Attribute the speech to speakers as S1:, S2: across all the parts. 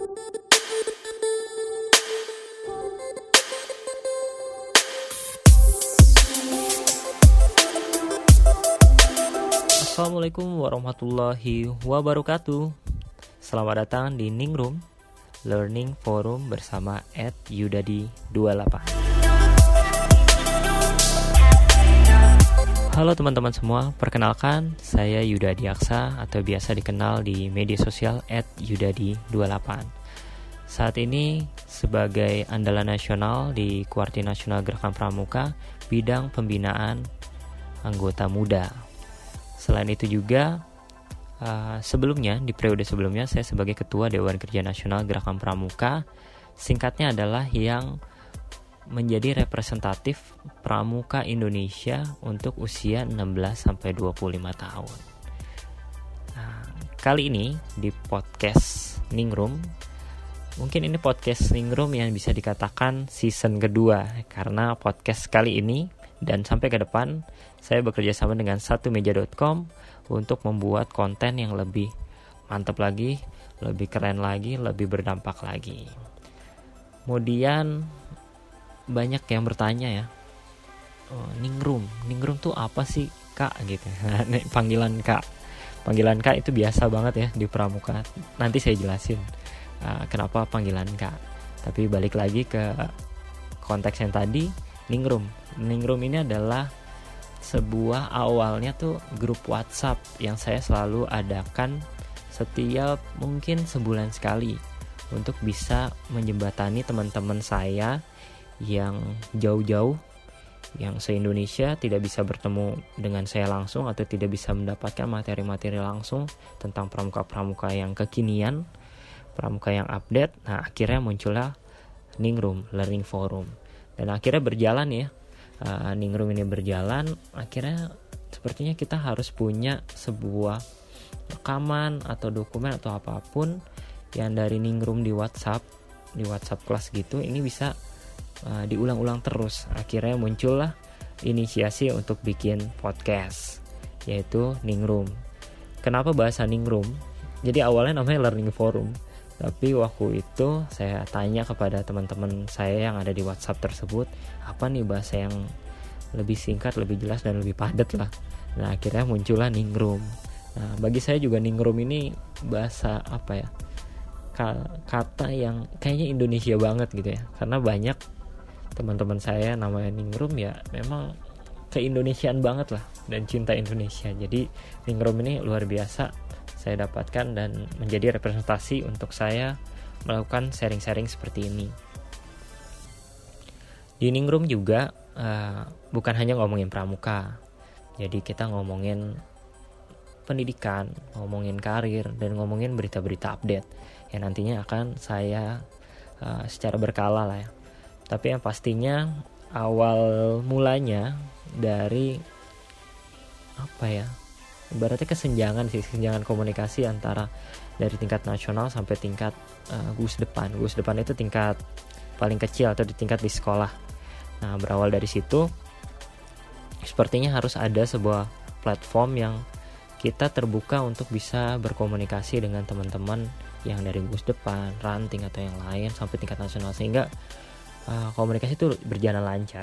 S1: Assalamualaikum warahmatullahi wabarakatuh. Selamat datang di Ningrum Learning Forum bersama @yudadi28. Halo teman-teman semua, perkenalkan saya Yudadi Aksa atau biasa dikenal di media sosial @yudadi28. Saat ini sebagai andalan nasional di Kuarti Nasional Gerakan Pramuka bidang pembinaan anggota muda. Selain itu juga sebelumnya, di periode sebelumnya saya sebagai Ketua Dewan Kerja Nasional Gerakan Pramuka, singkatnya adalah yang menjadi representatif Pramuka Indonesia untuk usia 16-25 tahun. Nah, kali ini di podcast Ningrum, mungkin ini podcast Ningrum yang bisa dikatakan season kedua, karena podcast kali ini dan sampai ke depan saya bekerja sama dengan satumeja.com untuk membuat konten yang lebih mantap lagi, lebih keren lagi, lebih berdampak lagi. Kemudian banyak yang bertanya ya, Ningrum tuh apa sih Kak gitu. Panggilan Kak itu biasa banget ya di Pramuka. Nanti saya jelasin kenapa panggilan Kak. Tapi balik lagi ke konteks yang tadi, Ningrum ini adalah sebuah awalnya tuh grup WhatsApp yang saya selalu adakan setiap mungkin sebulan sekali untuk bisa menjembatani teman-teman saya yang jauh-jauh, yang se-Indonesia tidak bisa bertemu dengan saya langsung atau tidak bisa mendapatkan materi-materi langsung tentang pramuka-pramuka yang kekinian, pramuka yang update. Nah, akhirnya muncullah Ningrum Learning Forum. Dan akhirnya berjalan ya, Ningrum ini berjalan. Akhirnya sepertinya kita harus punya sebuah rekaman atau dokumen atau apapun yang dari Ningrum di WhatsApp kelas gitu, ini bisa diulang-ulang terus. Akhirnya muncullah inisiasi untuk bikin podcast, yaitu Ningrum. Kenapa bahasa Ningrum? Jadi awalnya namanya Learning Forum, tapi waktu itu saya tanya kepada teman-teman saya yang ada di WhatsApp tersebut, apa nih bahasa yang lebih singkat, lebih jelas, dan lebih padat lah. Nah, akhirnya muncullah Ningrum. Nah, bagi saya juga Ningrum ini bahasa apa ya, kata yang kayaknya Indonesia banget gitu ya, karena banyak teman-teman saya namanya Ningrum ya memang keindonesiaan banget lah dan cinta Indonesia. Jadi Ningrum ini luar biasa saya dapatkan dan menjadi representasi untuk saya melakukan sharing-sharing seperti ini. Di Ningrum juga bukan hanya ngomongin pramuka, jadi kita ngomongin pendidikan, ngomongin karir, dan ngomongin berita-berita update yang nantinya akan saya secara berkala lah ya. Tapi yang pastinya awal mulanya dari apa ya, ibaratnya kesenjangan komunikasi antara dari tingkat nasional sampai tingkat Gusdepan itu tingkat paling kecil atau di tingkat di sekolah. Nah, berawal dari situ sepertinya harus ada sebuah platform yang kita terbuka untuk bisa berkomunikasi dengan teman-teman yang dari Gusdepan, ranting atau yang lain sampai tingkat nasional, sehingga komunikasi itu berjalan lancar.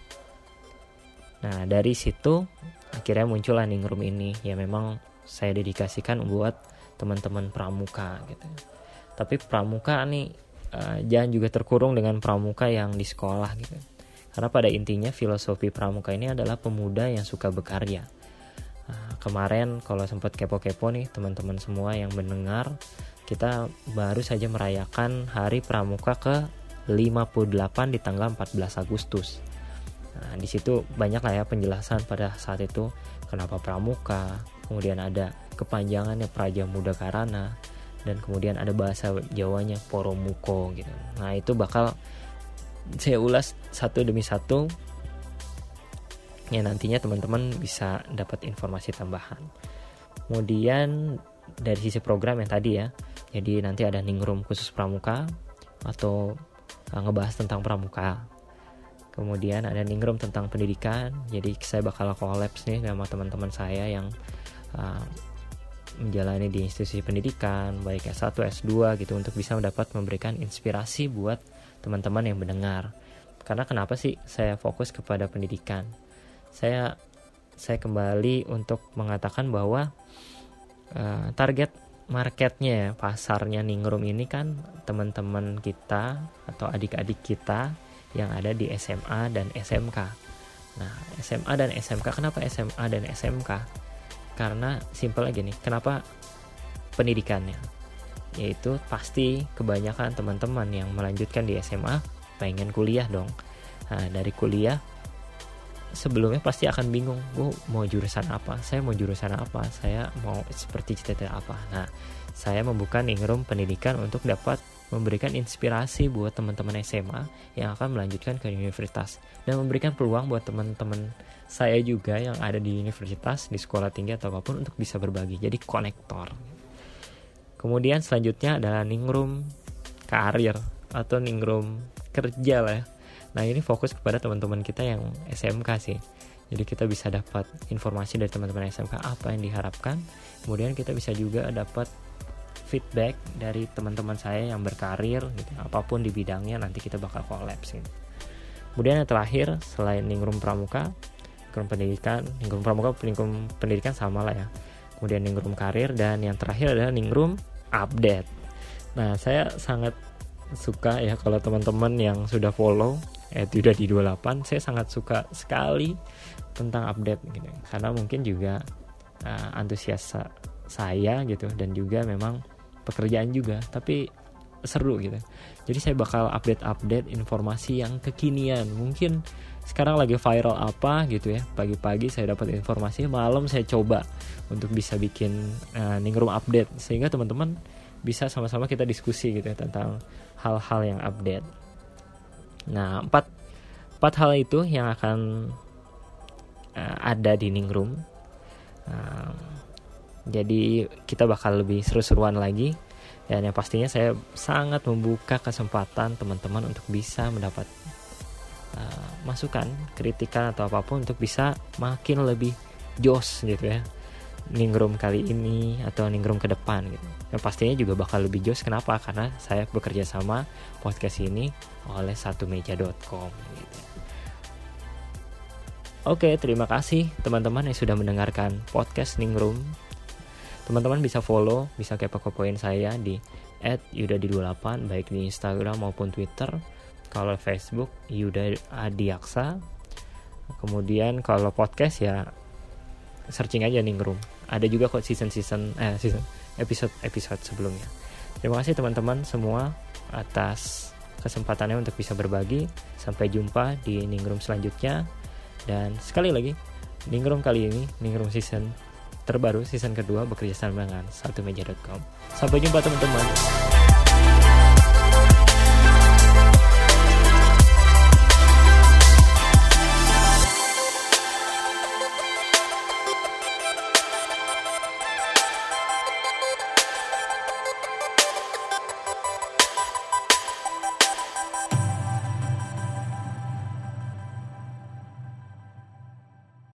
S1: Nah, dari situ akhirnya muncullah Ningrum ini. Ya memang saya dedikasikan buat teman-teman pramuka gitu. Tapi pramuka nih jangan juga terkurung dengan pramuka yang di sekolah gitu. Karena pada intinya filosofi pramuka ini adalah pemuda yang suka berkarya. Kemarin kalau sempat kepo-kepo nih teman-teman semua yang mendengar, kita baru saja merayakan Hari Pramuka ke 58 di tanggal 14 Agustus. Nah, di situ banyak lah ya penjelasan pada saat itu kenapa pramuka, kemudian ada kepanjangannya Praja Muda Karana, dan kemudian ada bahasa Jawanya Poromuko gitu. Nah, itu bakal saya ulas satu demi satu ya, nantinya teman-teman bisa dapat informasi tambahan. Kemudian dari sisi program yang tadi ya, jadi nanti ada Ningrum khusus pramuka atau ngebahas tentang pramuka. Kemudian ada Ningrum tentang pendidikan. Jadi saya bakal collabs nih sama teman-teman saya yang menjalani di institusi pendidikan, baik S1, S2 gitu, untuk bisa memberikan inspirasi buat teman-teman yang mendengar. Karena kenapa sih saya fokus kepada pendidikan? Saya kembali untuk mengatakan bahwa target marketnya, pasarnya Ningrum ini kan teman-teman kita atau adik-adik kita yang ada di SMA dan SMK. Nah, SMA dan SMK, kenapa SMA dan SMK? Karena simpel aja nih, kenapa pendidikannya? Yaitu pasti kebanyakan teman-teman yang melanjutkan di SMA pengen kuliah dong. Nah, dari kuliah sebelumnya pasti akan bingung, gue mau jurusan apa, saya mau seperti cita-cita apa. Nah, saya membuka Ningrum Pendidikan untuk dapat memberikan inspirasi buat teman-teman SMA yang akan melanjutkan ke universitas, dan memberikan peluang buat teman-teman saya juga yang ada di universitas, di sekolah tinggi atau apapun, untuk bisa berbagi, jadi konektor. Kemudian selanjutnya adalah Ningrum Karir atau Ningrum Kerja lah ya. Nah, ini fokus kepada teman-teman kita yang SMK sih. Jadi kita bisa dapat informasi dari teman-teman SMK apa yang diharapkan. Kemudian kita bisa juga dapat feedback dari teman-teman saya yang berkarir gitu, apapun di bidangnya, nanti kita bakal collab sih. Kemudian yang terakhir, selain Ningrum Pramuka, Ningrum Pendidikan, Ningrum Pramuka, Ningrum Pendidikan sama lah ya. Kemudian Ningrum Karir, dan yang terakhir adalah Ningrum Update. Nah, saya sangat suka ya kalau teman-teman yang sudah follow @yudadi28, saya sangat suka sekali tentang update gitu. Karena mungkin juga antusias saya gitu, dan juga memang pekerjaan juga, tapi seru gitu. Jadi saya bakal update informasi yang kekinian. Mungkin sekarang lagi viral apa gitu ya, pagi-pagi saya dapat informasi, malam saya coba untuk bisa bikin Ningrum Update, sehingga teman-teman bisa sama-sama kita diskusi gitu ya tentang hal-hal yang update. Nah, empat hal itu yang akan ada di Ningrum. Jadi kita bakal lebih seru-seruan lagi, dan yang pastinya saya sangat membuka kesempatan teman-teman untuk bisa mendapat masukan, kritikan atau apapun, untuk bisa makin lebih jos gitu ya Ningrum kali ini atau Ningrum ke depan gitu. Yang pastinya juga bakal lebih jos. Kenapa? Karena saya bekerja sama podcast ini oleh satumeja.com gitu. Oke, terima kasih teman-teman yang sudah mendengarkan podcast Ningrum. Teman-teman bisa follow, bisa kepo-kepoin saya di @yudadi28 baik di Instagram maupun Twitter. Kalau Facebook Yuda Adiaksa. Kemudian kalau podcast ya searching aja Ningrum. Ada juga kok episode sebelumnya. Terima kasih teman-teman semua atas kesempatannya untuk bisa berbagi. Sampai jumpa di Ningrum selanjutnya. Dan sekali lagi, Ningrum kali ini, Ningrum season terbaru, season kedua, bekerja sama dengan satumeja.com. Sampai jumpa teman-teman.